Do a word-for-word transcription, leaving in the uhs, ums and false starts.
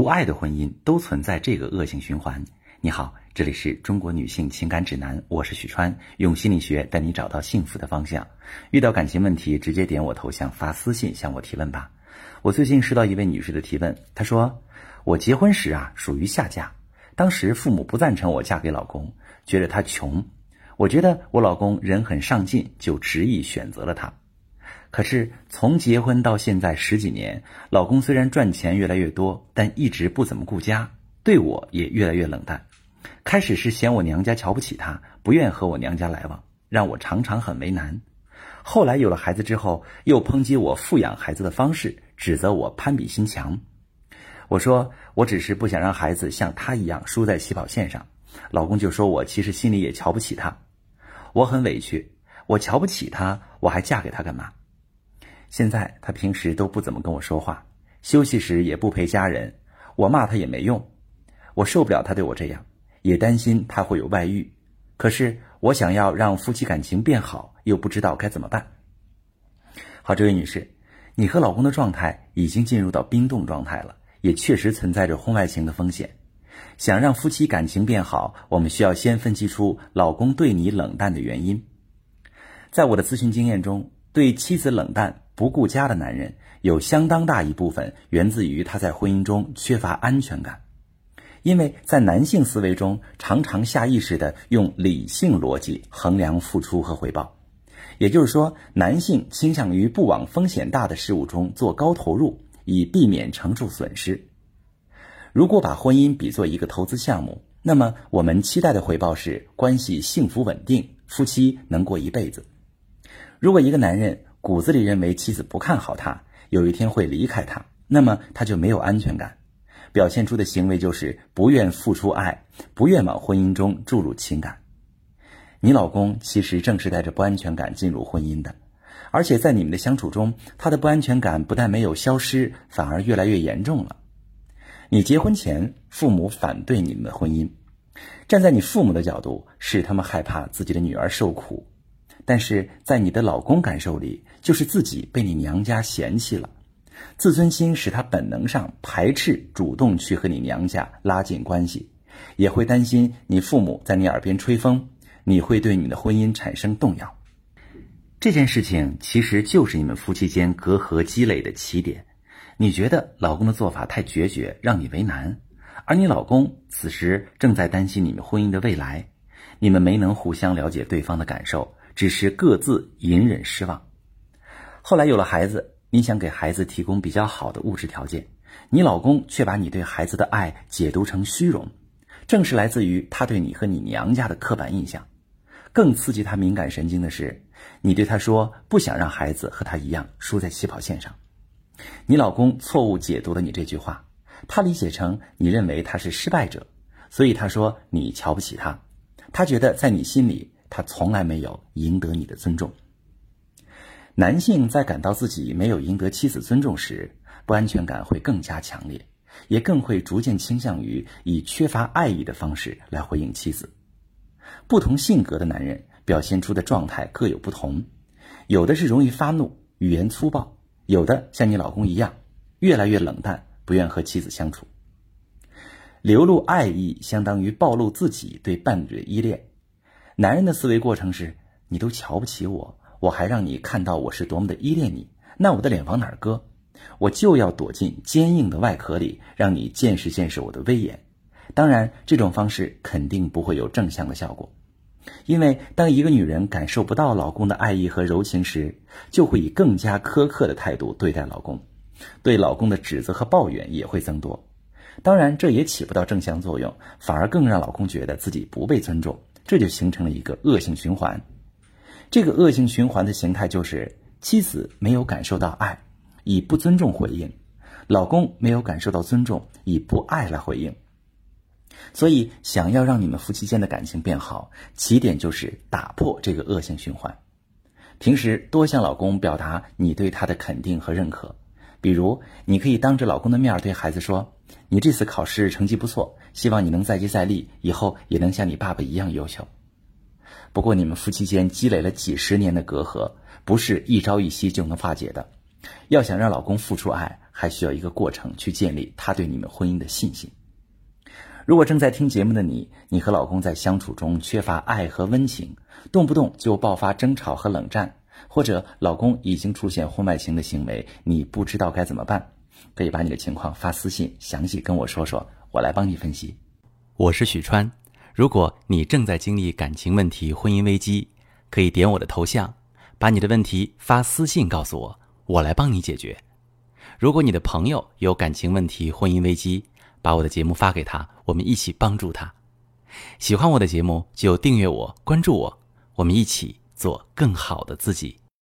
无爱的婚姻都存在这个恶性循环。你好，这里是中国女性情感指南，我是许川，用心理学带你找到幸福的方向。遇到感情问题，直接点我头像发私信向我提问吧。我最近收到一位女士的提问，她说，我结婚时啊属于下嫁，当时父母不赞成我嫁给老公，觉得他穷，我觉得我老公人很上进，就执意选择了他。可是从结婚到现在十几年，老公虽然赚钱越来越多，但一直不怎么顾家，对我也越来越冷淡。开始是嫌我娘家瞧不起他，不愿和我娘家来往，让我常常很为难。后来有了孩子之后，又抨击我富养孩子的方式，指责我攀比心强。我说我只是不想让孩子像他一样输在起跑线上，老公就说我其实心里也瞧不起他。我很委屈，我瞧不起他，我还嫁给他干嘛？现在他平时都不怎么跟我说话，休息时也不陪家人，我骂他也没用。我受不了他对我这样，也担心他会有外遇。可是我想要让夫妻感情变好，又不知道该怎么办。好，这位女士，你和老公的状态已经进入到冰冻状态了，也确实存在着婚外情的风险。想让夫妻感情变好，我们需要先分析出老公对你冷淡的原因。在我的咨询经验中，对妻子冷淡不顾家的男人，有相当大一部分源自于他在婚姻中缺乏安全感。因为在男性思维中，常常下意识地用理性逻辑衡量付出和回报。也就是说，男性倾向于不往风险大的事物中做高投入，以避免承受损失。如果把婚姻比作一个投资项目，那么我们期待的回报是关系幸福稳定，夫妻能过一辈子。如果一个男人骨子里认为妻子不看好他，有一天会离开他，那么他就没有安全感，表现出的行为就是不愿付出爱，不愿往婚姻中注入情感。你老公其实正是带着不安全感进入婚姻的，而且在你们的相处中，他的不安全感不但没有消失，反而越来越严重了。你结婚前，父母反对你们的婚姻，站在你父母的角度，是他们害怕自己的女儿受苦，但是在你的老公感受里，就是自己被你娘家嫌弃了。自尊心使他本能上排斥主动去和你娘家拉近关系，也会担心你父母在你耳边吹风，你会对你们的婚姻产生动摇。这件事情其实就是你们夫妻间隔阂积累的起点。你觉得老公的做法太决绝，让你为难，而你老公此时正在担心你们婚姻的未来。你们没能互相了解对方的感受，只是各自隐忍失望。后来有了孩子，你想给孩子提供比较好的物质条件，你老公却把你对孩子的爱解读成虚荣，正是来自于他对你和你娘家的刻板印象。更刺激他敏感神经的是，你对他说不想让孩子和他一样输在起跑线上。你老公错误解读了你这句话，他理解成你认为他是失败者，所以他说你瞧不起他，他觉得在你心里他从来没有赢得你的尊重。男性在感到自己没有赢得妻子尊重时，不安全感会更加强烈，也更会逐渐倾向于以缺乏爱意的方式来回应妻子。不同性格的男人表现出的状态各有不同，有的是容易发怒，语言粗暴，有的像你老公一样，越来越冷淡，不愿和妻子相处。流露爱意相当于暴露自己对伴侣的依恋。男人的思维过程是，你都瞧不起我，我还让你看到我是多么的依恋你，那我的脸往哪儿搁？我就要躲进坚硬的外壳里，让你见识见识我的威严。当然，这种方式肯定不会有正向的效果，因为当一个女人感受不到老公的爱意和柔情时，就会以更加苛刻的态度对待老公，对老公的指责和抱怨也会增多。当然，这也起不到正向作用，反而更让老公觉得自己不被尊重，这就形成了一个恶性循环。这个恶性循环的形态就是，妻子没有感受到爱，以不尊重回应；老公没有感受到尊重，以不爱来回应。所以想要让你们夫妻间的感情变好，起点就是打破这个恶性循环。平时多向老公表达你对他的肯定和认可，比如你可以当着老公的面对孩子说，你这次考试成绩不错，希望你能再接再厉，以后也能像你爸爸一样优秀。不过你们夫妻间积累了几十年的隔阂，不是一朝一夕就能化解的。要想让老公付出爱， 还需要一个过程去建立他对你们婚姻的信心。如果正在听节目的你，你和老公在相处中缺乏爱和温情，动不动就爆发争吵和冷战，或者老公已经出现婚外情的行为，你不知道该怎么办，可以把你的情况发私信详细跟我说说，我来帮你分析。 我是许川，如果你正在经历感情问题、婚姻危机，可以点我的头像，把你的问题发私信告诉我，我来帮你解决。如果你的朋友有感情问题、婚姻危机，把我的节目发给他，我们一起帮助他。喜欢我的节目就订阅我、关注我，我们一起做更好的自己。